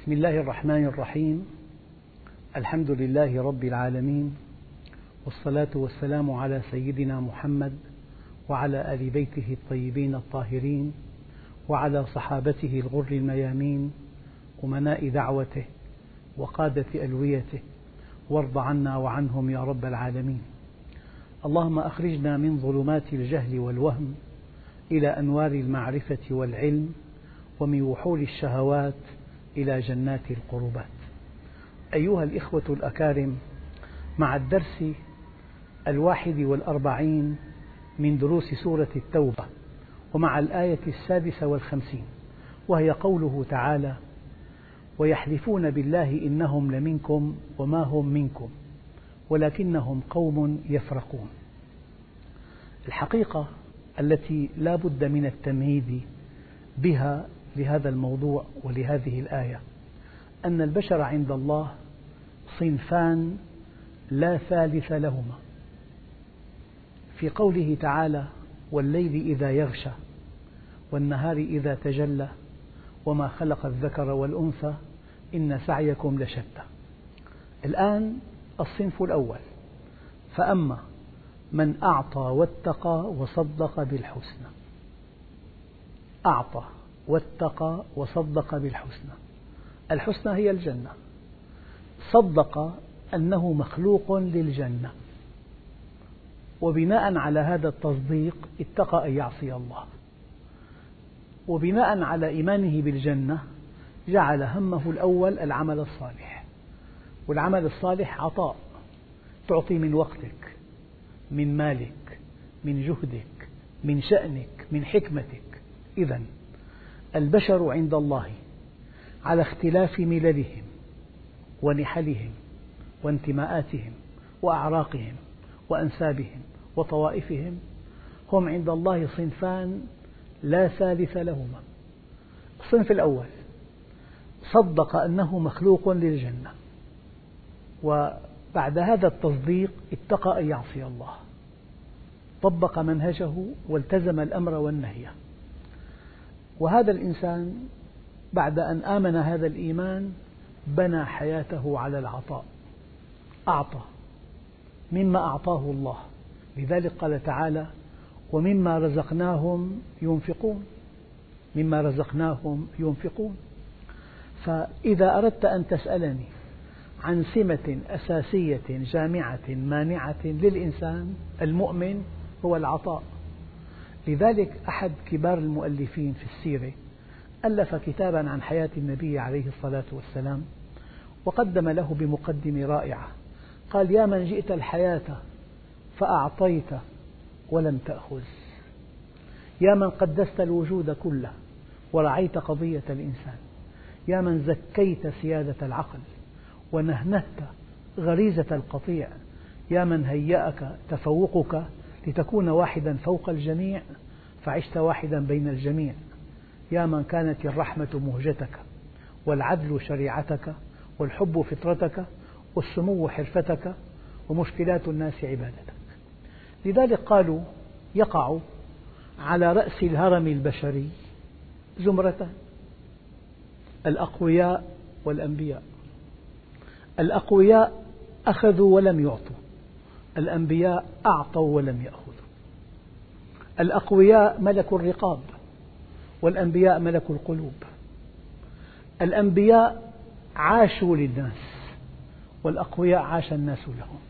بسم الله الرحمن الرحيم. الحمد لله رب العالمين، والصلاة والسلام على سيدنا محمد وعلى آل بيته الطيبين الطاهرين وعلى صحابته الغر الميامين أمناء دعوته وقادة ألويته، وارض عنا وعنهم يا رب العالمين. اللهم أخرجنا من ظلمات الجهل والوهم إلى أنوار المعرفة والعلم، ومن وحول الشهوات إلى جنات القربات. أيها الإخوة الأكارم، مع الدرس 41 من دروس سورة التوبة، ومع الآية 56، وهي قوله تعالى: ويحلفون بالله إنهم لمنكم وما هم منكم ولكنهم قوم يفرقون. الحقيقة التي لا بد من التمهيد بها لهذا الموضوع ولهذه الآية أن البشر عند الله صنفان لا ثالث لهما. في قوله تعالى: والليل إذا يغشى والنهار إذا تجلى وما خلق الذكر والأنثى إن سعيكم لشتى. الآن الصنف الأول: فأما من أعطى واتقى وصدق بالحسنى. أعطى واتقى وصدق بالحسنى، الحسنى هي الجنة. صدق أنه مخلوق للجنة، وبناء على هذا التصديق اتقى أن يعصي الله، وبناء على إيمانه بالجنة جعل همه الأول العمل الصالح. والعمل الصالح عطاء، تعطي من وقتك، من مالك، من جهدك، من شأنك، من حكمتك. إذن البشر عند الله على اختلاف مللهم ونحلهم وانتماءاتهم وأعراقهم وأنسابهم وطوائفهم، هم عند الله صنفان لا ثالث لهما. الصنف الأول صدق أنه مخلوق للجنة، وبعد هذا التصديق اتقى أن يعصي الله، طبق منهجه والتزم الأمر والنهي. وهذا الإنسان بعد أن آمن هذا الإيمان بنى حياته على العطاء، أعطى مما أعطاه الله. لذلك قال تعالى: ومما رزقناهم ينفقون. مما رزقناهم ينفقون. فإذا أردت أن تسألني عن سمة أساسية جامعة مانعة للإنسان المؤمن هو العطاء. لذلك أحد كبار المؤلفين في السيرة ألف كتابا عن حياة النبي عليه الصلاة والسلام، وقدم له بمقدمة رائعة. قال: يا من جئت الحياة فأعطيت ولم تأخذ، يا من قدست الوجود كله ورعيت قضية الإنسان، يا من زكيت سيادة العقل ونهنهت غريزة القطيع، يا من هيأك تفوقك لتكون واحدا فوق الجميع فعشت واحدا بين الجميع، يا من كانت الرحمة مهجتك والعدل شريعتك والحب فطرتك والسمو حرفتك ومشكلات الناس عبادتك. لذلك قالوا: يقع على رأس الهرم البشري زمرتان: الأقوياء والأنبياء. الأقوياء أخذوا ولم يعطوا، الأنبياء أعطوا ولم يأخذوا. الأقوياء ملكوا الرقاب، والأنبياء ملكوا القلوب. الأنبياء عاشوا للناس، والأقوياء عاش الناس لهم.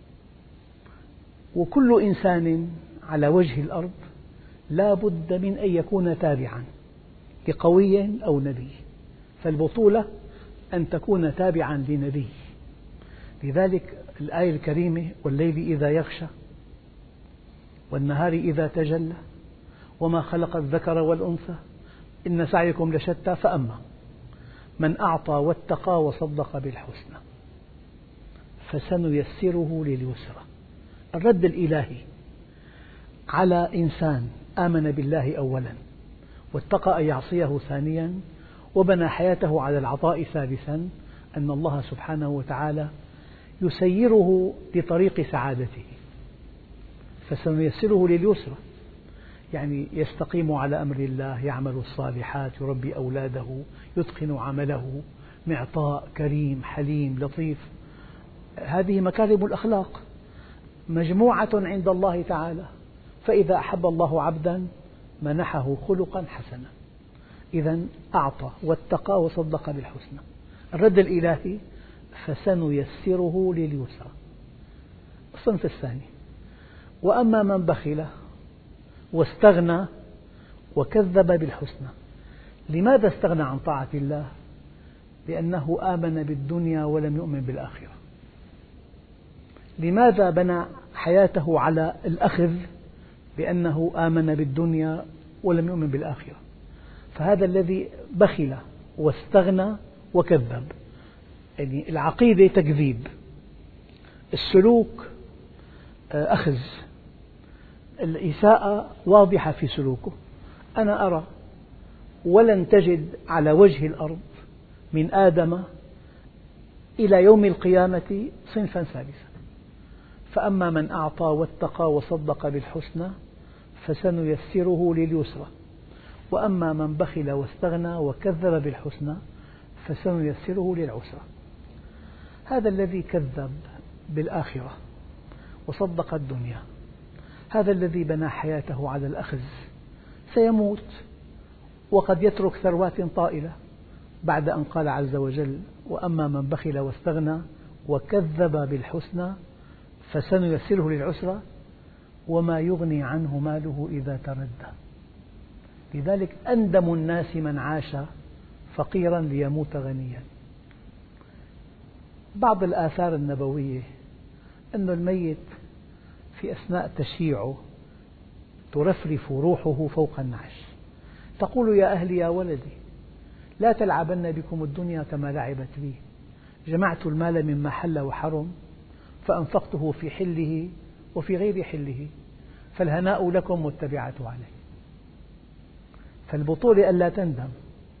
وكل إنسان على وجه الأرض لا بد من أن يكون تابعا لقوي أو نبي، فالبطولة أن تكون تابعا لنبي. لذلك الآية الكريمة: والليل إذا يغشى والنهار إذا تجلى وما خلق الذكر والأنثى إن سعيكم لشتى. فأما من أعطى واتقى وصدق بالحسنى فسنيسره لليسرى. الرد الإلهي على إنسان آمن بالله أولا، واتقى أن يعصيه ثانيا، وبنى حياته على العطاء ثالثا، أن الله سبحانه وتعالى يسيره لطريق سعادته، فسنيسره لليسرى. يعني يستقيم على أمر الله، يعمل الصالحات، يربي أولاده، يتقن عمله، معطاء، كريم، حليم، لطيف. هذه مكارم الأخلاق مجموعة عند الله تعالى، فإذا أحب الله عبدا منحه خلقا حسنا. إذا أعطى واتقى وصدق بالحسنى. الرد الإلهي فسنيسره لليسرى. الصنف الثاني: وأما من بخل واستغنى وكذب بالحسنى. لماذا استغنى عن طاعة الله؟ لأنه آمن بالدنيا ولم يؤمن بالآخرة. لماذا بنى حياته على الأخذ؟ لأنه آمن بالدنيا ولم يؤمن بالآخرة. فهذا الذي بخل واستغنى وكذب، يعني العقيدة تكذيب، السلوك أخذ، الإساءة واضحة في سلوكه. أنا أرى ولن تجد على وجه الأرض من آدم إلى يوم القيامة صنفا ثالثا. فأما من أعطى واتقى وصدق بالحسنى فسنيسره لليسرى، وأما من بخل واستغنى وكذب بالحسنى فسنيسره للعسرى. هذا الذي كذب بالآخرة وصدق الدنيا، هذا الذي بنى حياته على الأخذ سيموت، وقد يترك ثروات طائلة بعد أن قال عز وجل: وأما من بخل واستغنى وكذب بالحسنى فسنيسره للعسرى وما يغني عنه ماله إذا تردى. لذلك أندم الناس من عاش فقيرا ليموت غنيا. بعض الآثار النبوية أن الميت في أثناء تشييعه ترفرف روحه فوق النعش، تقول: يا أهلي يا ولدي لا تلعبن بكم الدنيا كما لعبت بي، جمعت المال مما حل وحرم فأنفقته في حله وفي غير حله، فالهناء لكم والتبعة عليه. فالبطولة ألا تندم،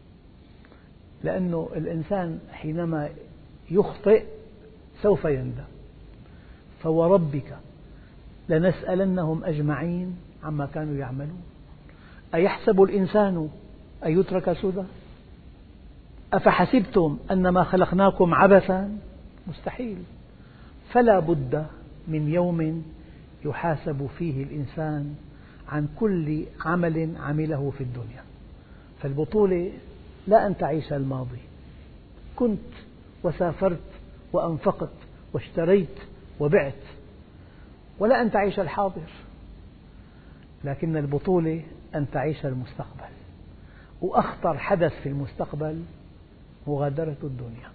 لأن الإنسان حينما يخطئ سوف يندم. فوربك لنسألنهم أجمعين عما كانوا يعملون. أيحسب الإنسان أن يترك سدى؟ أفحسبتم أنما خلقناكم عبثا؟ مستحيل. فلا بد من يوم يحاسب فيه الإنسان عن كل عمل عمله في الدنيا. فالبطولة لا أن تعيش الماضي، كنت وسافرت وأنفقت واشتريت وبعت، ولا أن تعيش الحاضر، لكن البطولة أن تعيش المستقبل. وأخطر حدث في المستقبل مغادرة الدنيا.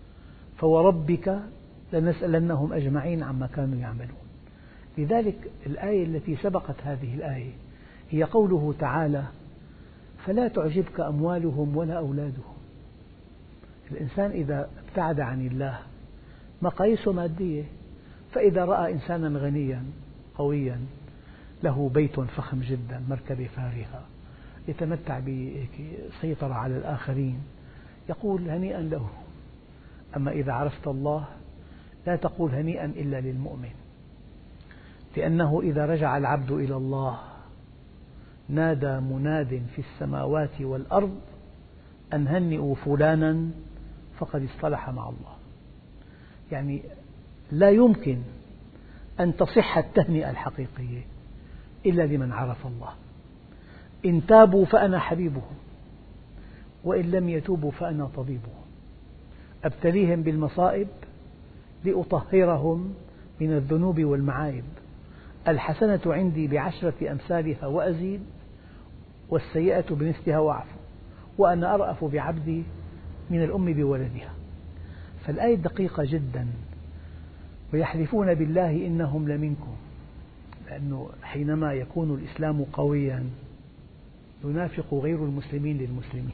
فوربك لنسألنهم أجمعين عما كانوا يعملون. لذلك الآية التي سبقت هذه الآية هي قوله تعالى: فلا تعجبك أموالهم ولا أولادهم. الإنسان إذا ابتعد عن الله مقاييسه مادية، فإذا رأى إنسانا غنيا قويا له بيت فخم جدا، مركبة فارهة، يتمتع بسيطرة على الآخرين، يقول هنيئا له. أما إذا عرفت الله لا تقول هنيئا إلا للمؤمن، لأنه إذا رجع العبد إلى الله نادى مناد في السماوات والأرض أن هنئوا فلانا فقد اصطلح مع الله. يعني لا يمكن أن تصح التهنئة الحقيقية إلا لمن عرف الله. إن تابوا فأنا حبيبهم، وإن لم يتوبوا فأنا طبيبهم. أبتليهم بالمصائب لأطهرهم من الذنوب والمعايب. الحسنة عندي بعشرة أمثالها وأزيد، والسيئة بمثلها وأعفو، وأنا أرأف بعبدي من الأم بولدها. فالآية دقيقة جدا. ويحلفون بالله إنهم لمنكم، لأنه حينما يكون الإسلام قويا ينافق غير المسلمين للمسلمين.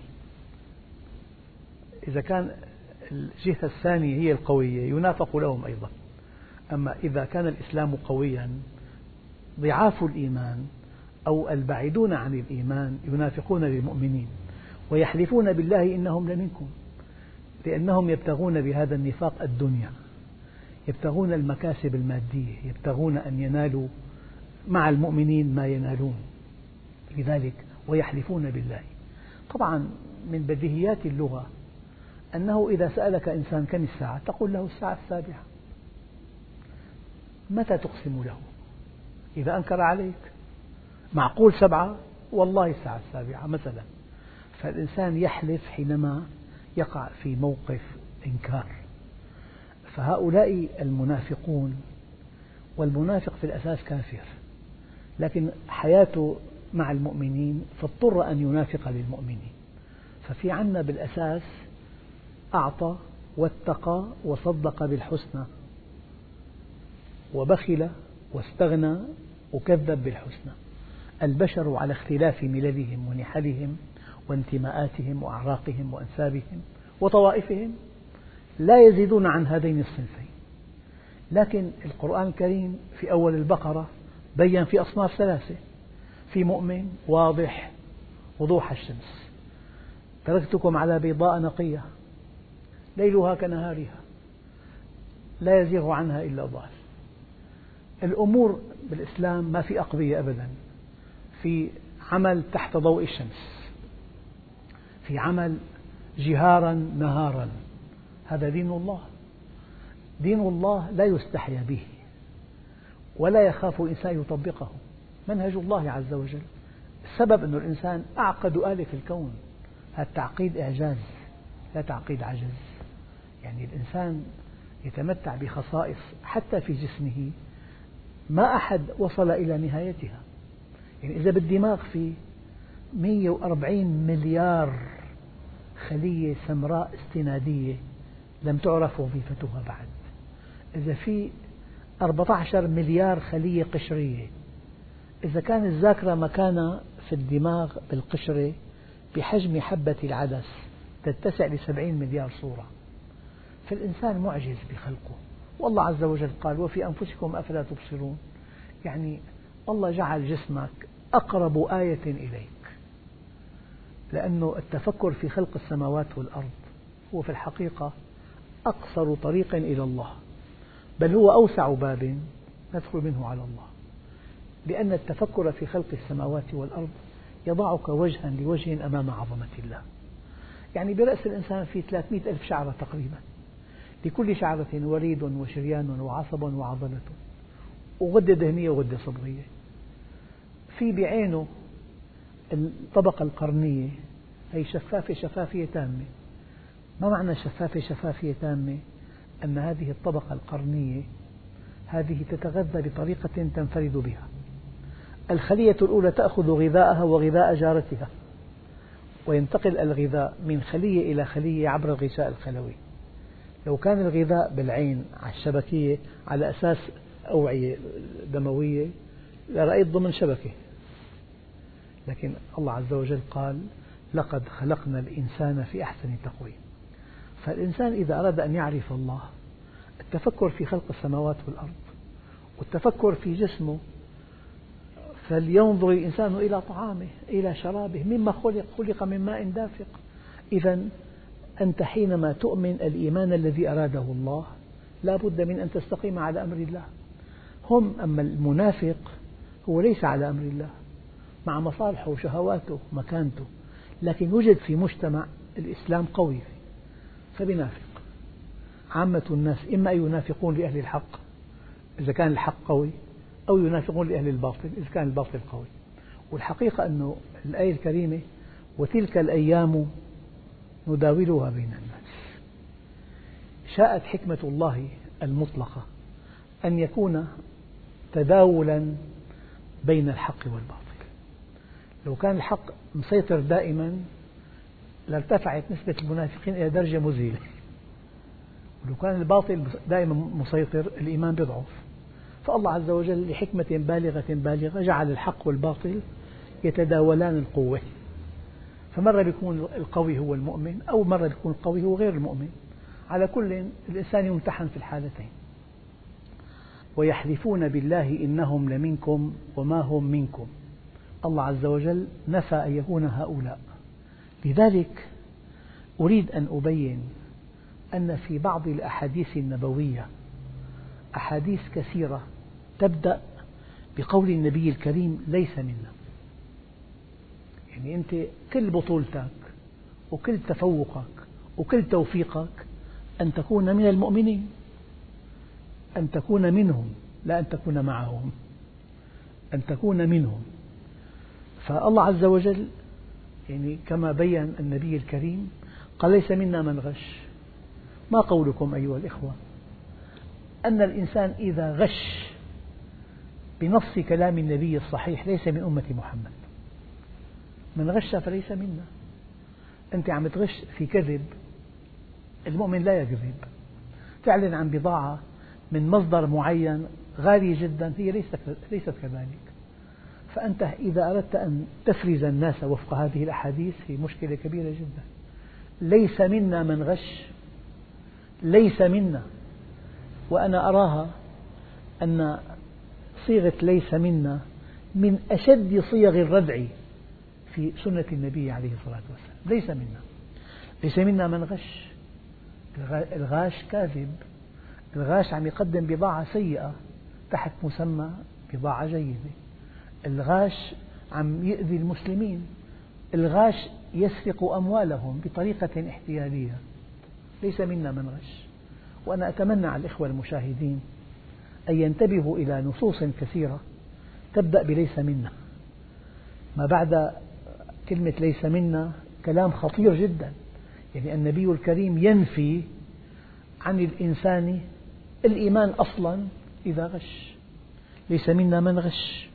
إذا كان الجهة الثانية هي القوية ينافق لهم أيضا. أما إذا كان الإسلام قويا ضعاف الإيمان أو البعيدون عن الإيمان ينافقون للمؤمنين. ويحلفون بالله إنهم لمنكم، لأنهم يبتغون بهذا النفاق الدنيا، يبتغون المكاسب المادية، يبتغون أن ينالوا مع المؤمنين ما ينالون. لذلك ويحلفون بالله. طبعا من بديهيات اللغة أنه إذا سألك إنسان كم الساعة تقول له الساعة 7. متى تقسم له؟ إذا أنكر عليك. معقول 7؟ والله الساعة 7 مثلا. فالإنسان يحلف حينما يقع في موقف إنكار. فهؤلاء المنافقون، والمنافق في الأساس كافر، لكن حياته مع المؤمنين فاضطر أن ينافق للمؤمنين. ففي عنا بالأساس أعطى واتقى وصدق بالحسنى، وبخل واستغنى وكذب بالحسنى. البشر على اختلاف مللهم ونحلهم وانتماءاتهم وأعراقهم وأنسابهم وطوائفهم لا يزيدون عن هذين الصنفين. لكن القرآن الكريم في أول البقرة بيّن في أصناف 3: في مؤمن واضح وضوح الشمس، تركتكم على بيضاء نقية ليلها كنهارها لا يزيغ عنها إلا ضال. الأمور بالإسلام ما في أقضية أبدا، في عمل تحت ضوء الشمس، في عمل جهارا نهارا. هذا دين الله. دين الله لا يستحيا به ولا يخاف الإنسان يطبقه. منهج الله عز وجل. السبب أن الإنسان أعقد آلة في الكون. هذا تعقيد إعجاز لا تعقيد عجز. يعني الإنسان يتمتع بخصائص حتى في جسمه ما أحد وصل إلى نهايتها. يعني إذا بالدماغ في 140 مليار خلية سمراء استنادية لم تعرف وظيفتها بعد. إذا في 14 مليار خلية قشرية، إذا كان الذاكرة مكانها في الدماغ بالقشرة بحجم حبة العدس تتسع ل70 مليار صورة. فالإنسان معجز بخلقه. والله عز وجل قال: وفي أنفسكم أفلا تبصرون. يعني الله جعل جسمك أقرب آية إليك، لأنه التفكر في خلق السماوات والأرض هو في الحقيقة أقصر طريق إلى الله، بل هو أوسع باب ندخل منه على الله، لأن التفكر في خلق السماوات والأرض يضعك وجها لوجه أمام عظمة الله. يعني برأس الإنسان في 300 ألف شعرة تقريبا، لكل شعرة وريد وشريان وعصب وعضلة وغدة دهنية وغدة صبغية. في بعينه الطبقة القرنية هي شفافة شفافية تامة. ما معنى شفافة شفافية تامة؟ أن هذه الطبقة القرنية هذه تتغذى بطريقة تنفرد بها. الخلية الأولى تأخذ غذاءها وغذاء جارتها، وينتقل الغذاء من خلية إلى خلية عبر الغشاء الخلوي. لو كان الغذاء بالعين على الشبكية على أساس أوعية دموية لرأيت ضمن شبكة، لكن الله عز وجل قال: لقد خلقنا الإنسان في أحسن تقويم. فالإنسان إذا أراد أن يعرف الله، التفكر في خلق السماوات والأرض والتفكر في جسمه. فلينظر الإنسان إلى طعامه إلى شرابه مما خلق من ماء دافق. إذا أنت حينما تؤمن الإيمان الذي أراده الله لا بد من أن تستقيم على أمر الله. أما المنافق هو ليس على أمر الله، مع مصالحه وشهواته ومكانته، لكن وجد في مجتمع الإسلام قوي فبينافق. عامة الناس إما أن ينافقون لأهل الحق إذا كان الحق قوي، أو ينافقون لأهل الباطل إذا كان الباطل قوي. والحقيقة أن الآية الكريمة: وتلك الأيام نداولها بين الناس، شاءت حكمة الله المطلقة أن يكون تداولا بين الحق والباطل. لو كان الحق مسيطر دائما لارتفعت نسبة المنافقين إلى درجة مذهلة، ولو كان الباطل دائما مسيطر الإيمان بيضعف. فالله عز وجل لحكمة بالغة جعل الحق والباطل يتداولان القوة، فمرة يكون القوي هو المؤمن، أو مرة يكون القوي هو غير المؤمن. على كل الإنسان يمتحن في الحالتين. ويحلفون بالله إنهم لمنكم وما هم منكم. الله عز وجل نفى أن يكون هؤلاء. لذلك أريد أن أبين أن في بعض الأحاديث النبوية أحاديث كثيرة تبدأ بقول النبي الكريم: ليس منا. يعني أنت كل بطولتك وكل تفوقك وكل توفيقك أن تكون من المؤمنين، أن تكون منهم لا أن تكون معهم، أن تكون منهم. فالله عز وجل يعني كما بيّن النبي الكريم قال: ليس منا من غش. ما قولكم أيها الإخوة أن الإنسان إذا غش بنص كلام النبي الصحيح ليس من أمة محمد؟ من غش فليس منا. أنت عم تغش في كذب، المؤمن لا يكذب. تعلن عن بضاعة من مصدر معين غالي جدا، هي ليست كذلك. فأنت إذا أردت أن تفرز الناس وفق هذه الأحاديث في مشكلة كبيرة جدا. ليس منا من غش، ليس منا. وأنا أراها أن صيغة ليس منا من أشد صيغ الردع في سنة النبي عليه الصلاة والسلام. ليس منا، ليس منا من غش. الغاش كاذب، الغاش عم يقدم بضاعة سيئة تحت مسمى بضاعة جيدة، الغاش عم يؤذي المسلمين، الغاش يسرق أموالهم بطريقة احتيالية. ليس منا من غش. وأنا أتمنى على الإخوة المشاهدين أن ينتبهوا إلى نصوص كثيرة تبدأ بليس منا. ما بعد كلمة ليس منا كلام خطير جدا. يعني النبي الكريم ينفي عن الإنسان الإيمان أصلا إذا غش. ليس منا من غش،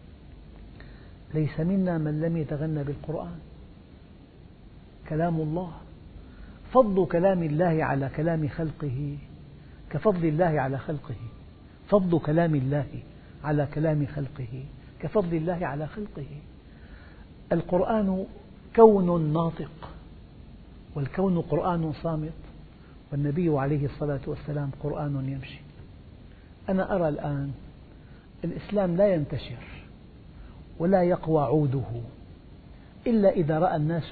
ليس منا من لم يتغنى بالقرآن. كلام الله، فضل كلام الله على كلام خلقه كفضل الله على خلقه. فضل كلام الله على كلام خلقه كفضل الله على خلقه. القرآن كون ناطق، والكون قرآن صامت، والنبي عليه الصلاة والسلام قرآن يمشي. أنا أرى الآن الإسلام لا ينتشر ولا يقوى عوده إلا إذا رأى الناس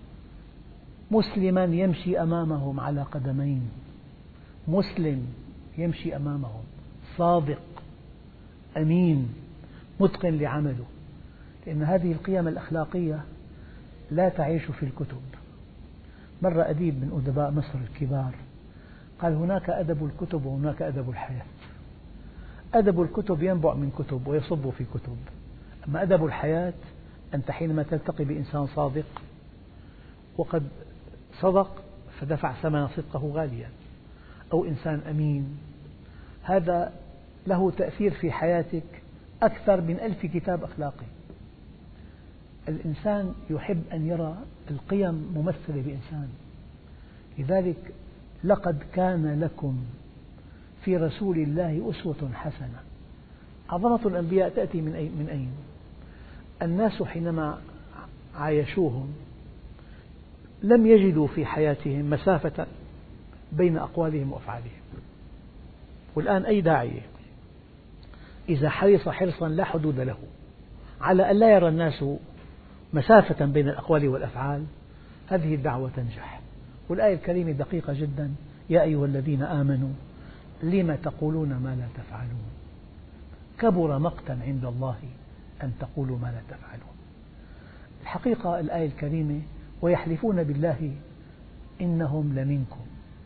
مسلما يمشي أمامهم على قدمين، مسلم يمشي أمامهم صادق أمين متقن لعمله. لأن هذه القيم الأخلاقية لا تعيش في الكتب. مرة أديب من أدباء مصر الكبار قال: هناك أدب الكتب وهناك أدب الحياة. أدب الكتب ينبع من كتب ويصب في كتب، أما أدب الحياة أنت حينما تلتقي بإنسان صادق وقد صدق فدفع ثمن صدقه غاليا، أو إنسان أمين، هذا له تأثير في حياتك أكثر من 1000 كتاب أخلاقي. الإنسان يحب أن يرى القيم ممثلة بإنسان. لذلك لقد كان لكم في رسول الله أسوة حسنة. عظمة الأنبياء تأتي من أين؟ الناس حينما عايشوهم لم يجدوا في حياتهم مسافة بين أقوالهم وأفعالهم. والآن أي داعية إذا حرص حرصا لا حدود له على أن لا يرى الناس مسافة بين الأقوال والأفعال، هذه الدعوة تنجح. والآية الكريمة دقيقة جدا: يا أيها الذين آمنوا لم تقولون ما لا تفعلون كبر مقتا عند الله أن تقولوا ما لا تفعلون. الحقيقة الآية الكريمة: ويحلفون بالله إنهم لمنكم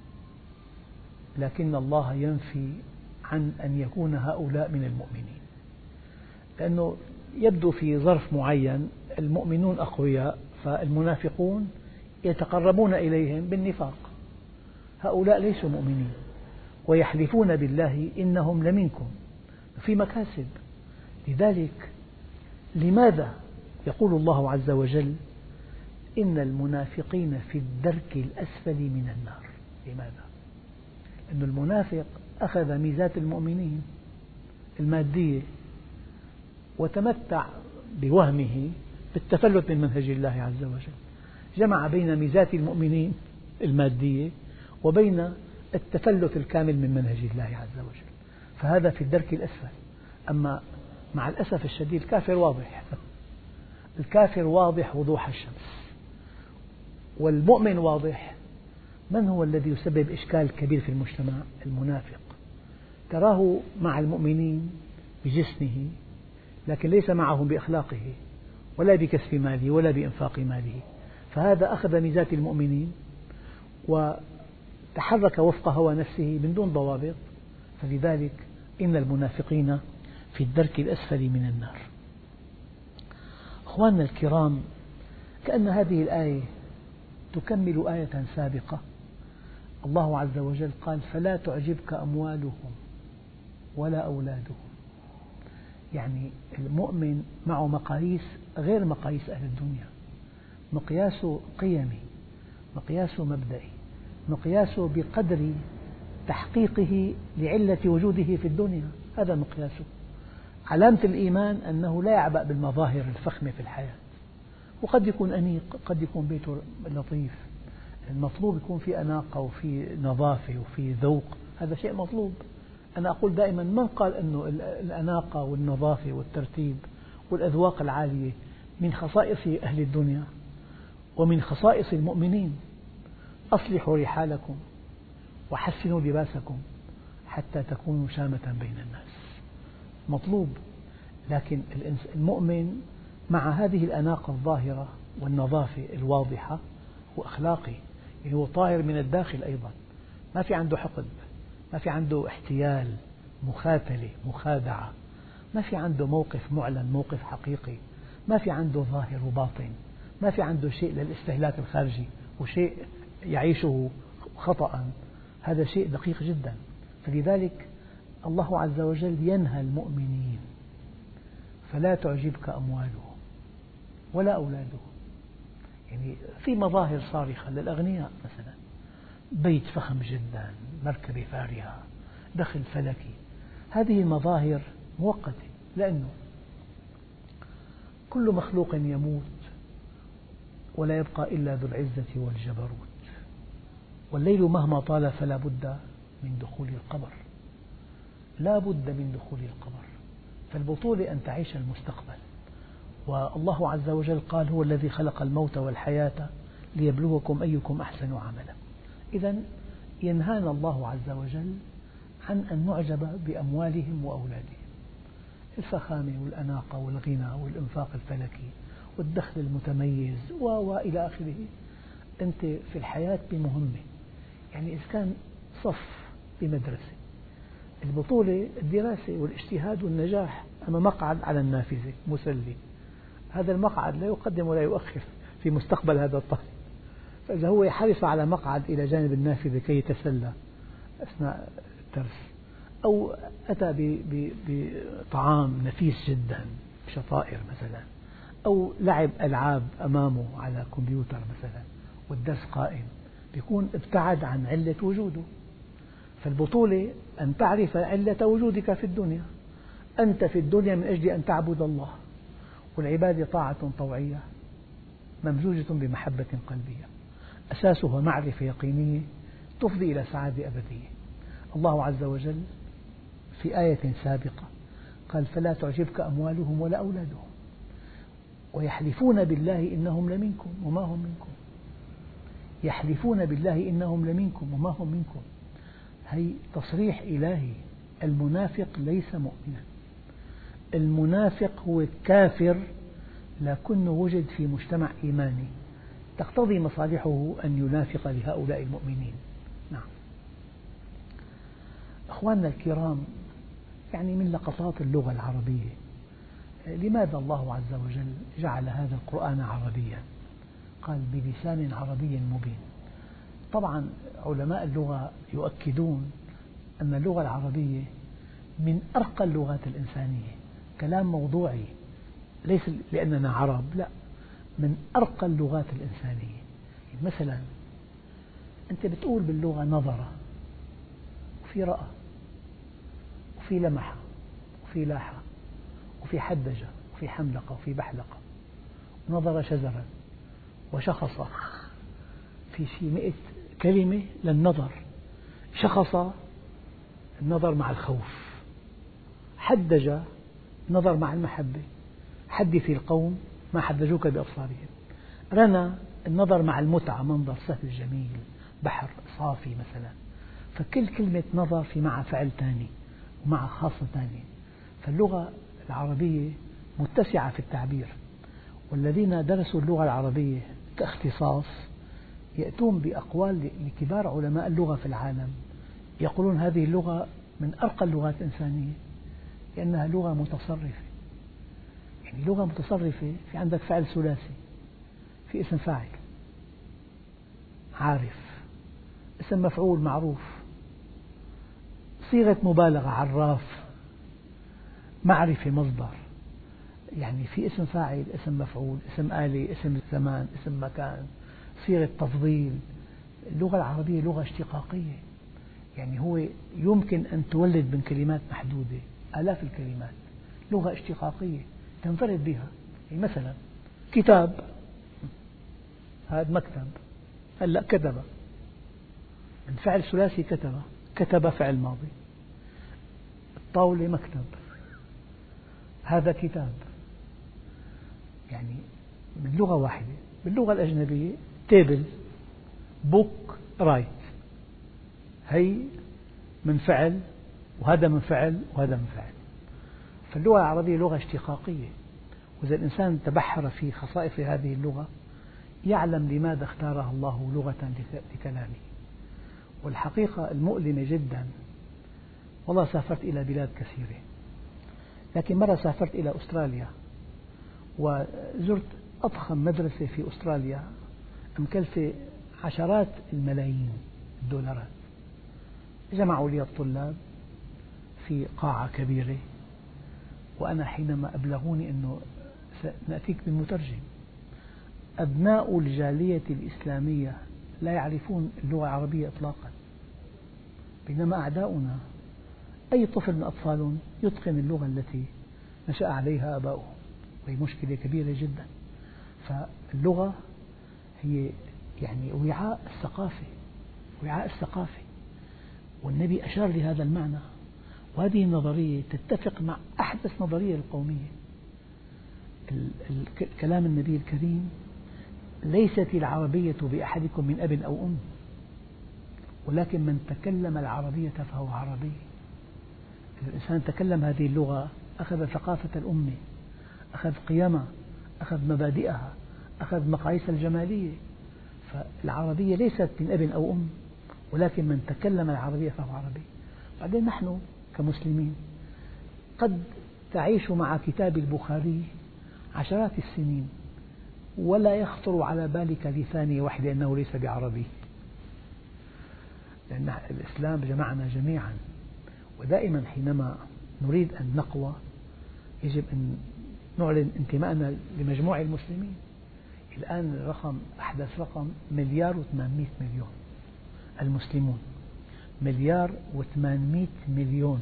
لكن الله ينفي عن أن يكون هؤلاء من المؤمنين. لأنه يبدو في ظرف معين المؤمنون أقوياء، فالمنافقون يتقربون إليهم بالنفاق. هؤلاء ليسوا مؤمنين. ويحلفون بالله إنهم لمنكم، في مكاسب. لذلك لماذا يقول الله عز وجل: إن المنافقين في الدرك الأسفل من النار؟ لماذا؟ لأن المنافق أخذ ميزات المؤمنين المادية وتمتع بوهمه بالتفلت من منهج الله عز وجل، جمع بين ميزات المؤمنين المادية وبين التفلت الكامل من منهج الله عز وجل، فهذا في الدرك الأسفل. أما مع الأسف الشديد الكافر واضح، الكافر واضح وضوح الشمس، والمؤمن واضح. من هو الذي يسبب إشكال كبير في المجتمع؟ المنافق. تراه مع المؤمنين بجسمه لكن ليس معهم بأخلاقه ولا بكسب ماله ولا بإنفاق ماله، فهذا أخذ ميزات المؤمنين وتحرك وفق هوى نفسه من دون ضوابط، فلذلك إن المنافقين في الدرك الأسفل من النار. أخواننا الكرام، كأن هذه الآية تكمل آية سابقة. الله عز وجل قال: فلا تعجبك أموالهم ولا أولادهم. يعني المؤمن معه مقاييس غير مقاييس أهل الدنيا، مقياسه قيمي، مقياسه مبدئي، مقياسه بقدر تحقيقه لعلة وجوده في الدنيا، هذا مقياسه. علامة الإيمان أنه لا يعبأ بالمظاهر الفخمة في الحياة، وقد يكون أنيق، قد يكون بيته لطيف. المطلوب يكون في أناقة وفي نظافة وفي ذوق، هذا شيء مطلوب. أنا أقول دائما: من قال أنه الأناقة والنظافة والترتيب والأذواق العالية من خصائص أهل الدنيا ومن خصائص المؤمنين؟ أصلحوا رحالكم وحسنوا لباسكم حتى تكونوا شامة بين الناس، مطلوب. لكن المؤمن مع هذه الأناقة الظاهرة والنظافة الواضحة هو أخلاقي، يعني هو طاهر من الداخل أيضا، ما في عنده حقد، ما في عنده احتيال، مخاتلة، مخادعة، ما في عنده موقف معلن، موقف حقيقي، ما في عنده ظاهر وباطن، ما في عنده شيء للاستهلاك الخارجي وشيء يعيشه خطأ. هذا شيء دقيق جدا. فلذلك الله عز وجل ينهى المؤمنين: فلا تعجبك أموالهم ولا أولادهم. يعني في مظاهر صارخة للأغنياء، مثلا بيت فخم جدا، مركبة فارهة، دخل فلكي، هذه المظاهر مؤقتة، لأنه كل مخلوق يموت ولا يبقى إلا ذو العزة والجبروت، والليل مهما طال فلا بد من دخول القبر، لا بد من دخول القبر. فالبطولة أن تعيش المستقبل، والله عز وجل قال: هو الذي خلق الموت والحياة ليبلوكم أيكم أحسن عملا. إذا ينهانا الله عز وجل عن أن نعجب بأموالهم وأولادهم، الفخامة والأناقة والغنى والإنفاق الفلكي والدخل المتميز وإلى آخره. أنت في الحياة بمهمة، يعني إذا كان صف بمدرسة، البطولة الدراسة والاجتهاد والنجاح، أما مقعد على النافذة مسلي، هذا المقعد لا يقدم ولا يؤخر في مستقبل هذا الطالب. فإذا هو حرص على مقعد إلى جانب النافذة كي يتسلى أثناء الدرس، أو أتى بطعام نفيس جدا، شطائر مثلا، أو لعب ألعاب أمامه على كمبيوتر مثلا والدرس قائم، يكون ابتعد عن علة وجوده. فالبطولة أن تعرف علة وجودك في الدنيا. أنت في الدنيا من أجل أن تعبد الله، والعبادة طاعة طوعية ممزوجة بمحبة قلبية، أساسها معرفة يقينية تفضي إلى سعادة أبدية. الله عز وجل في آية سابقة قال: فلا تعجبك أموالهم ولا أولادهم ويحلفون بالله إنهم لمنكم وما هم منكم. يحلفون بالله إنهم لمنكم وما هم منكم، هي تصريح إلهي. المنافق ليس مؤمنا، المنافق هو كافر لكنه وجد في مجتمع إيماني تقتضي مصالحه أن ينافق لهؤلاء المؤمنين. نعم. أخواننا الكرام، يعني من لقطات اللغة العربية، لماذا الله عز وجل جعل هذا القرآن عربيا؟ قال: بلسان عربي مبين. طبعا علماء اللغة يؤكدون أن اللغة العربية من أرقى اللغات الإنسانية، كلام موضوعي، ليس لأننا عرب، لا، من أرقى اللغات الإنسانية. مثلا أنت بتقول باللغة نظرة، وفي رأى، وفي لمحة، وفي لاحة، وفي حدجة، وفي حملقة، وفي بحلقة، نظر شزرا وشخص، في شيء 100 كلمة للنظر. شخص النظر مع الخوف، حدج نظر مع المحبة، حدث القوم ما حدجوك بأبصارهم، رنى النظر مع المتعة، منظر سهل جميل، بحر صافي مثلا. فكل كلمة نظر في معها فعل ثاني ومع خاصة ثانية. فاللغة العربية متسعة في التعبير، والذين درسوا اللغة العربية كاختصاص يأتون بأقوال لكبار علماء اللغة في العالم، يقولون هذه اللغة من أرقى اللغات الإنسانية لأنها لغة متصرفة. يعني لغة متصرفة، في عندك فعل ثلاثي، في اسم فاعل عارف، اسم مفعول معروف، صيغة مبالغة عراف، معرفة مصدر. يعني في اسم فاعل، اسم مفعول، اسم آلة، اسم زمان، اسم مكان، صيغة تفضيل. اللغة العربية لغة اشتقاقية، يعني هو يمكن أن تولد من كلمات محدودة آلاف الكلمات. لغة اشتقاقية تنفرد بها. يعني مثلا كتاب، هذا مكتب، هلأ كتب من فعل ثلاثي، كتب فعل ماضي. الطاولة مكتب، هذا كتاب. يعني من لغة واحدة. باللغة الأجنبية تيبل، بوك، رايت، هي من فعل، وهذا من فعل، وهذا من فعل. فاللغة العربية لغة اشتقاقية، وإذا الإنسان تبحر في خصائص هذه اللغة يعلم لماذا اختارها الله لغة لكلامه. والحقيقة المؤلمة جدا، والله سافرت إلى بلاد كثيرة، لكن مرة سافرت إلى أستراليا وزرت أضخم مدرسة في أستراليا، مكلفة عشرات الملايين الدولارات. جمعوا لي الطلاب في قاعة كبيرة، وأنا حينما أبلغوني أنه سنأتيك بمترجم، أبناء الجالية الإسلامية لا يعرفون اللغة العربية إطلاقا، بينما أعداؤنا أي طفل من أطفالهم يتقن اللغة التي نشأ عليها آباؤه، وهي مشكلة كبيرة جدا. فاللغة هي يعني وعاء الثقافة، وعاء الثقافة، والنبي أشار لهذا المعنى. وهذه النظرية تتفق مع أحدث نظرية القومية. كلام النبي الكريم: ليست العربية بأحدكم من أب أو أم، ولكن من تكلم العربية فهو عربي. الإنسان تكلم هذه اللغة أخذ ثقافة الأمة، أخذ قيمها، أخذ مبادئها، أخذ مقاييس الجمالية. فالعربية ليست من أب أو أم، ولكن من تكلم العربية فهو عربي. بعدين نحن كمسلمين قد تعيش مع كتاب البخاري عشرات السنين ولا يخطر على بالك لثانية واحدة أنه ليس بعربي، لأن الإسلام جمعنا جميعا. ودائما حينما نريد أن نقوى يجب أن نعلن انتمائنا لمجموع المسلمين. الآن أحدث رقم 1,800,000,000 المسلمون، 1,800,000,000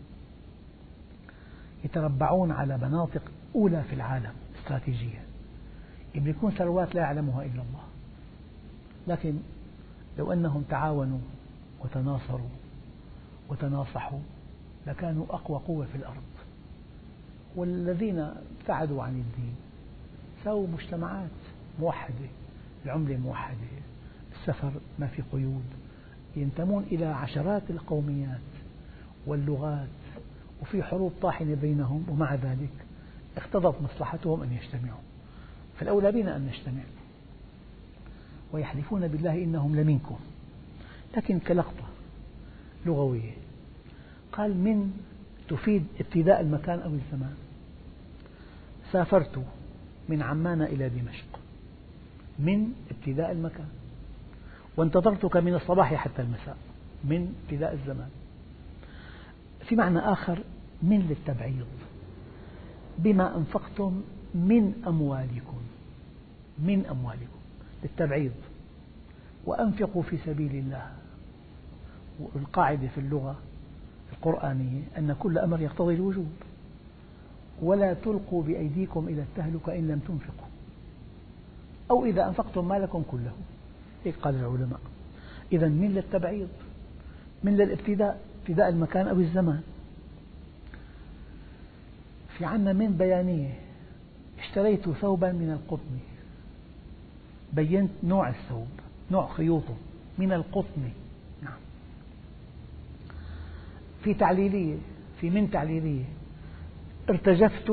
يتربعون على مناطق أولى في العالم استراتيجية، يملكون ثروات لا يعلمها إلا الله. لكن لو أنهم تعاونوا وتناصروا وتناصحوا لكانوا أقوى قوة في الأرض. والذين ابتعدوا عن الدين سووا مجتمعات موحدة، العملة موحدة، السفر ما في قيود، ينتمون إلى عشرات القوميات واللغات، وفي حروب طاحنة بينهم، ومع ذلك اقتضت مصلحتهم أن يجتمعوا. فالأولى بنا أن نجتمع. ويحلفون بالله إنهم لمنكم، لكن كلقطة لغوية. قال من تفيد ابتداء المكان أو الزمان. سافرت من عمان إلى دمشق، من ابتداء المكان، وانتظرتك من الصباح حتى المساء، من ابتداء الزمان. في معنى آخر من للتبعيض، بما أنفقتم من أموالكم، من أموالكم للتبعيض. وأنفقوا في سبيل الله. والقاعدة في اللغة القرآنية أن كل أمر يقتضي الوجوب. ولا تلقوا بأيديكم إلى التهلكة إن لم تنفقوا، أو إذا أنفقتم مالكم كله، هيك قال العلماء. إذا من للتبعيض، من للابتداء، ابتداء المكان أو الزمان. في عنا من بيانية: اشتريت ثوبا من القطن، بينت نوع الثوب، نوع خيوطه، من القطن. نعم. في تعليلية، في من تعليلية: ارتجفت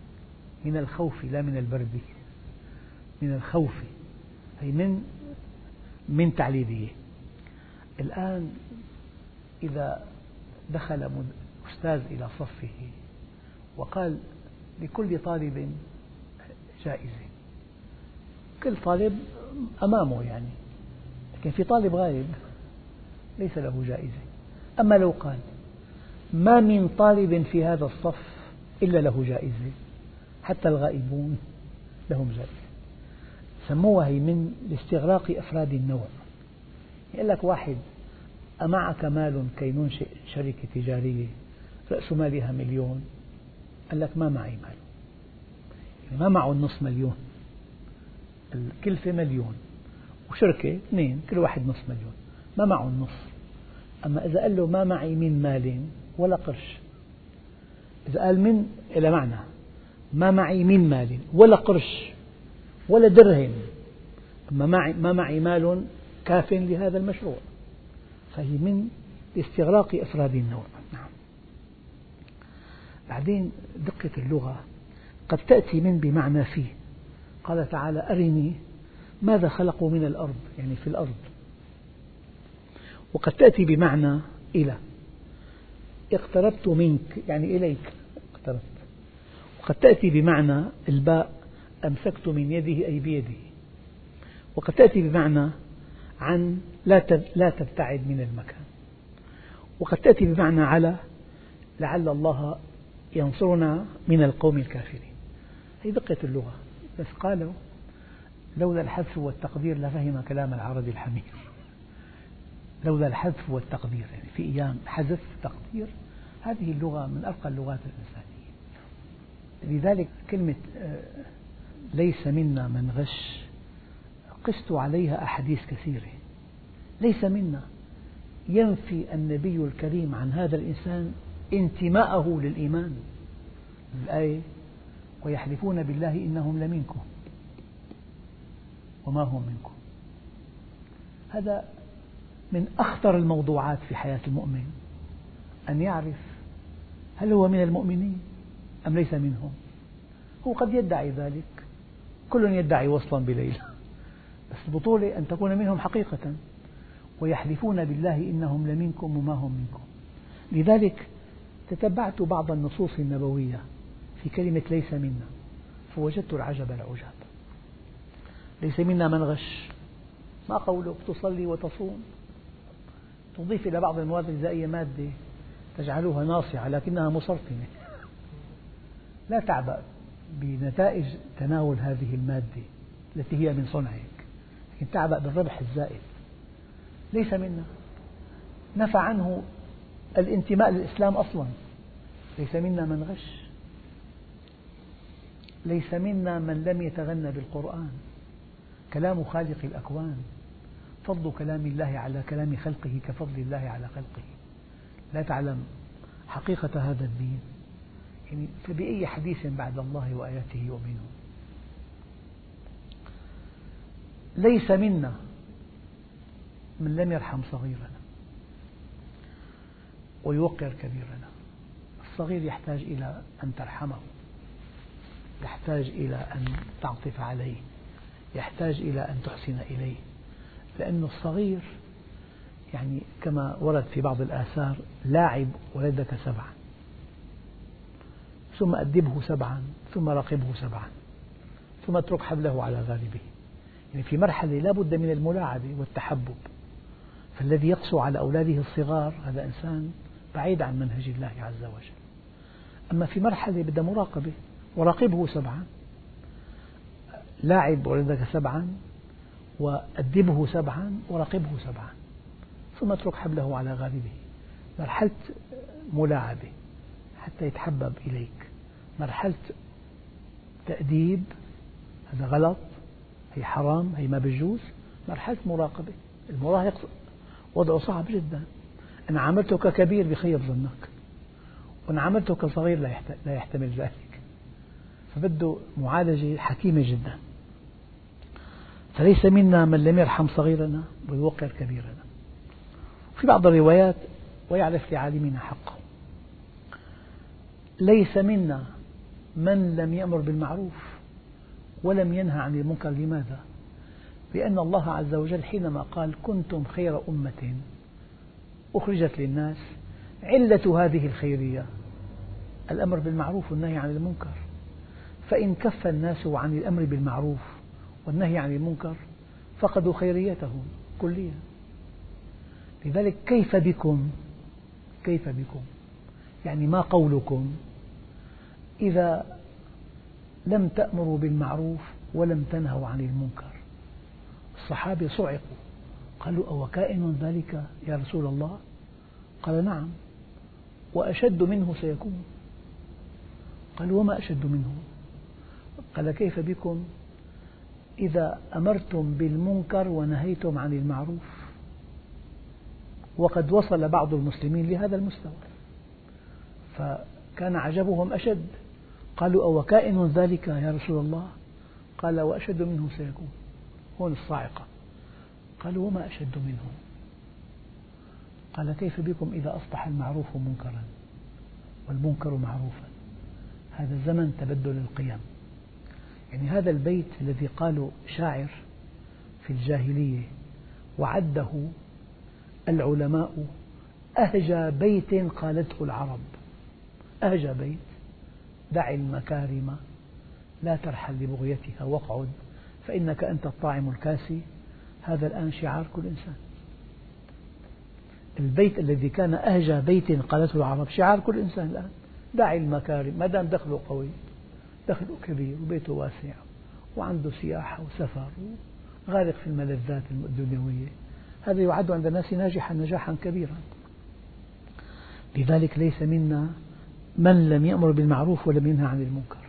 من الخوف لا من البرد، من الخوف، هي من من تعليمه. الآن إذا دخل أستاذ إلى صفه وقال لكل طالب جائزة، كل طالب أمامه يعني، لكن في طالب غائب ليس له جائزة. أما لو قال ما من طالب في هذا الصف إلا له جائزة، حتى الغائبون لهم جائزة. سموها هي من استغراق أفراد النوع. يقول لك واحد: أمعك مال كي ننشئ شركة تجارية رأس مالها 1,000,000؟ قال لك ما معي مال، يعني ما معه نصف مليون، الكلفة 1,000,000 وشركة 2 كل واحد نصف مليون، ما معه النصف. أما إذا قال له ما معي من مال ولا قرش، إذا قال من إلى معنى ما معي من مال ولا قرش ولا درهم، أما ما معي مال كاف لهذا المشروع، فهي من استغراق أفراد النوع. نعم. بعدين دقة اللغة، قد تأتي من بمعنى في. قال تعالى: أرني ماذا خلقوا من الأرض، يعني في الأرض. وقد تأتي بمعنى إلى، اقتربت منك يعني إليك اقتربت. وقد تأتي بمعنى الباء، أمسكت من يده أي بيده. وقد تأتي بمعنى عن، لا تبتعد من المكان. وقد تأتي بمعنى على، لعل الله ينصرنا من القوم الكافرين. هي دقة اللغة. بس قالوا لولا الحذف والتقدير لفهم كلام العربي الحمير. لولا الحذف والتقدير، يعني في أيام حذف تقدير، هذه اللغة من أرقى اللغات الإنسانية. لذلك كلمة ليس منا من غش قست عليها أحاديث كثيرة. ليس منا ينفي النبي الكريم عن هذا الإنسان انتماءه للإيمان. الآية: ويحلفون بالله إنهم لمنكم وما هم منكم. هذا من أخطر الموضوعات في حياة المؤمن، أن يعرف هل هو من المؤمنين أم ليس منهم. هو قد يدعي ذلك، كل يدعي وصلا بليلى، بس البطولة أن تكون منهم حقيقة. ويحلفون بالله إنهم لمنكم وما هم منكم. لذلك تتبعت بعض النصوص النبوية في كلمة ليس منا، فوجدت العجب العجاب. ليس منا من غش، ما قولك تصلي وتصوم، تضيف إلى بعض المواد الغذائية مادة تجعلها ناصعة لكنها مسرطنة، لا تعبأ بنتائج تناول هذه المادة التي هي من صنعك، لكن تعبأ بالربح الزائد. ليس منا، نفى عنه الانتماء للإسلام أصلا. ليس منا من غش، ليس منا من لم يتغنى بالقرآن، كلام خالق الأكوان، فضل كلام الله على كلام خلقه كفضل الله على خلقه. لا تعلم حقيقة هذا الدين، يعني فبأي حديث بعد الله وآياته يؤمنون. ليس منا من لم يرحم صغيرنا ويوقر كبيرنا. الصغير يحتاج إلى أن ترحمه، يحتاج إلى أن تعطف عليه، يحتاج إلى أن تحسن إليه، لأن الصغير يعني كما ورد في بعض الآثار: لاعب ولدك 7، ثم أدبه 7، ثم راقبه 7، ثم اترك حبله على غاربه. يعني في مرحلة لا بد من الملاعبة والتحبب. فالذي يقسو على أولاده الصغار هذا إنسان بعيد عن منهج الله عز وجل. أما في مرحلة بدها مراقبة، وراقبه 7، لاعب ولدك 7، وأدبه 7، وراقبه 7، ثم اترك حبله على غاربه. مرحلة ملاعبة حتى يتحبب إليك، مرحلة تأديب هذا غلط، هي حرام، هي ما بيجوز. مرحلة مراقبة، المراهق وضعه صعب جدا. إن عاملته ككبير بخيب ظنك، وإن عاملته كصغير لا يحتمل ذلك، فبده معالجة حكيمة جدا. فليس منا من لم يرحم صغيرنا ويوقر كبيرنا. في بعض الروايات: ويعرف لعالمنا حقه. ليس منا من لم يأمر بالمعروف ولم ينهى عن المنكر. لماذا؟ لأن الله عز وجل حينما قال كنتم خير أمة أخرجت للناس، علة هذه الخيرية الأمر بالمعروف والنهي عن المنكر، فإن كف الناس عن الأمر بالمعروف والنهي عن المنكر فقدوا خيريتهم كليا. لذلك كيف بكم يعني ما قولكم إذا لم تأمروا بالمعروف ولم تنهوا عن المنكر؟ الصحابة صعقوا، قالوا أو كائن ذلك يا رسول الله؟ قال نعم، وأشد منه سيكون. قالوا وما أشد منه؟ قال كيف بكم إذا أمرتم بالمنكر ونهيتم عن المعروف؟ وقد وصل بعض المسلمين لهذا المستوى، فكان عجبهم أشد، قالوا أو كائن ذلك يا رسول الله؟ قال وأشد منه سيكون. هون الصاعقة، قالوا وما أشد منه؟ قال كيف بكم إذا أصبح المعروف منكرا والمنكر معروفا؟ هذا زمن تبدل القيم. يعني هذا البيت الذي قاله شاعر في الجاهلية وعده العلماء أهجى بيت قالته العرب، أهجى بيت، دع المكارم لا ترحل لبغيتها واقعد فإنك أنت الطاعم الكاسي. هذا الآن شعار كل إنسان. البيت الذي كان أهجى بيت قالته العرب شعار كل إنسان الآن، دع المكارم، ما دام دخله قوي، دخله كبير وبيته واسع وعنده سياحة وسفر وغارق في الملذات الدنيوية، هذا يعد عند الناس ناجحا نجاحا كبيرا. لذلك ليس منا من لم يأمر بالمعروف ولم ينهى عن المنكر،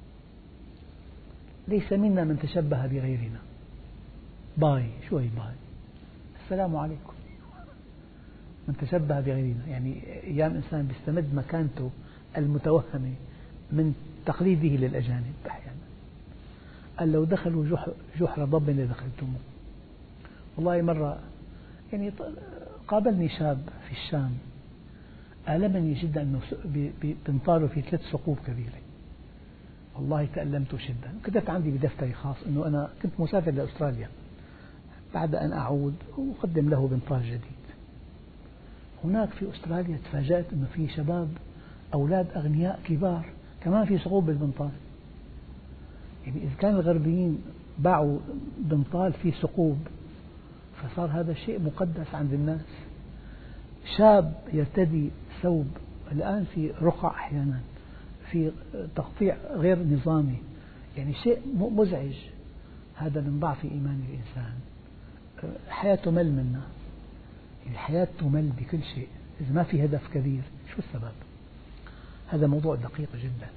ليس منا من تشبه بغيرنا. باي شو هي باي؟ السلام عليكم. من تشبه بغيرنا يعني أيام إنسان يستمد مكانته المتوهمة من تقليده للأجانب أحيانا. قال لو دخلوا جحر ضب لدخلتموه. والله مرة يعني قابلني شاب في الشام ألمني جدا أنه بنطاله في 3 ثقوب كبيرة. والله تألمت جدا، كتبت عندي بدفتري خاص أنه أنا كنت مسافر لأستراليا بعد أن أعود وأقدم له بنطال جديد. هناك في أستراليا تفاجأت أنه في شباب أولاد أغنياء كبار كمان في ثقوب بالبنطال. يعني إذا كان الغربيين باعوا بنطال في ثقوب فصار هذا شيء مقدس عند الناس. شاب يرتدي ثوب الآن في رقع أحيانا، في تقطيع غير نظامي، يعني شيء مزعج. هذا من ضعف إيمان الإنسان. الحياة تمل منا، الحياة تمل بكل شيء إذا ما في هدف كبير. شو السبب؟ هذا موضوع دقيق جدا.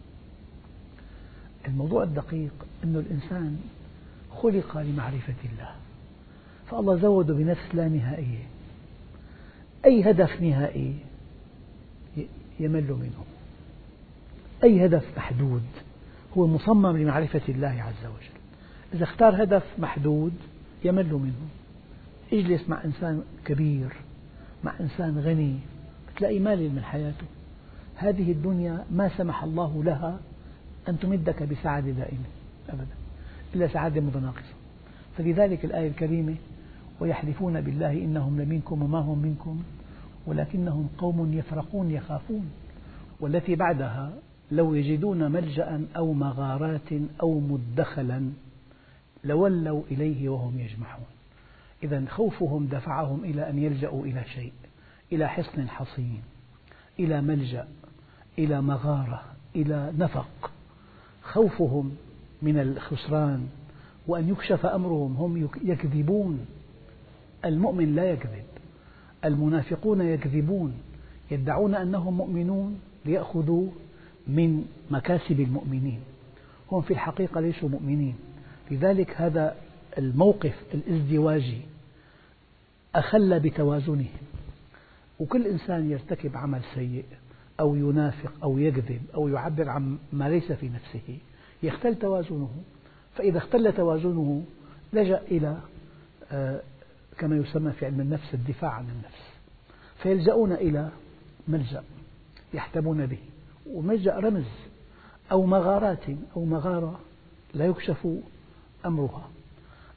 الموضوع الدقيق أن الإنسان خلق لمعرفة الله، فالله زوده بنفس لا نهائية. أي هدف نهائي يمل منه، أي هدف محدود هو مصمم لمعرفة الله عز وجل. إذا اختار هدف محدود يمل منه. اجلس مع إنسان كبير، مع إنسان غني، تلاقي مالل من حياته. هذه الدنيا ما سمح الله لها أن تمدك بسعادة دائمة أبدا، إلا سعادة متناقصة. فلذلك الآية الكريمة ويحلفون بالله إنهم لمنكم وما هم منكم ولكنهم قوم يفرقون يخافون. والتي بعدها لو يجدون ملجأ أو مغارات أو مدخلا لولوا إليه وهم يجمحون. إذا خوفهم دفعهم إلى أن يلجأوا إلى شيء، إلى حصن حصين، إلى ملجأ، إلى مغارة، إلى نفق. خوفهم من الخسران وأن يكشف أمرهم. هم يكذبون، المؤمن لا يكذب، المنافقون يكذبون، يدعون أنهم مؤمنون ليأخذوا من مكاسب المؤمنين، هم في الحقيقة ليسوا مؤمنين. لذلك هذا الموقف الازدواجي أخل بتوازنهم. وكل إنسان يرتكب عمل سيء أو ينافق أو يكذب أو يعبر عن ما ليس في نفسه يختل توازنه. فإذا اختل توازنه لجأ إلى كما يسمى في علم النفس الدفاع عن النفس، فيلجأون إلى ملجأ يحتمون به، وملجأ رمز أو مغارات أو مغارة لا يكشف أمرها،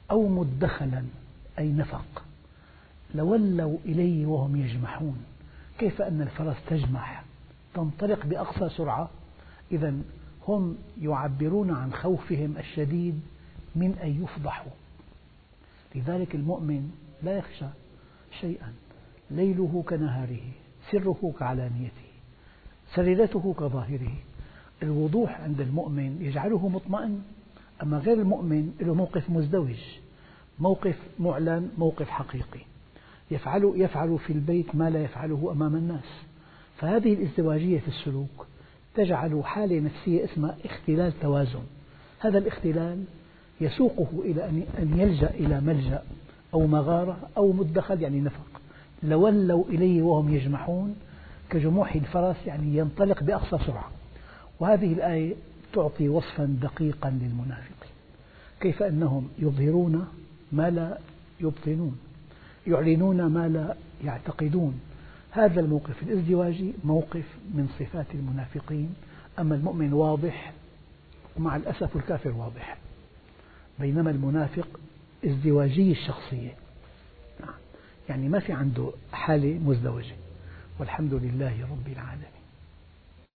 أو مدخلا أي نفق لولوا إليه وهم يجمحون. كيف أن الفرس تجمح تنطلق بأقصى سرعة؟ إذا هم يعبرون عن خوفهم الشديد من أن يفضحوا. لذلك المؤمن لا يخشى شيئا، ليله كنهاره، سره كعلانيته، سريرته كظاهره. الوضوح عند المؤمن يجعله مطمئن، أما غير المؤمن له موقف مزدوج، موقف معلن، موقف حقيقي، يفعل في البيت ما لا يفعله أمام الناس. فهذه الازدواجية في السلوك تجعل حالة نفسية اسمها اختلال توازن. هذا الاختلال يسوقه إلى أن يلجأ إلى ملجأ أو مغارة أو مدخل يعني نفق. لولوا إليه وهم يجمحون كجموح الفرس يعني ينطلق بأقصى سرعة. وهذه الآية تعطي وصفا دقيقا للمنافقين، كيف أنهم يظهرون ما لا يبطنون، يعلنون ما لا يعتقدون. هذا الموقف الازدواجي موقف من صفات المنافقين. أما المؤمن واضح، ومع الأسف الكافر واضح، بينما المنافق ازدواجي الشخصية، يعني ما في عنده حالة مزدوجة. والحمد لله رب العالمين.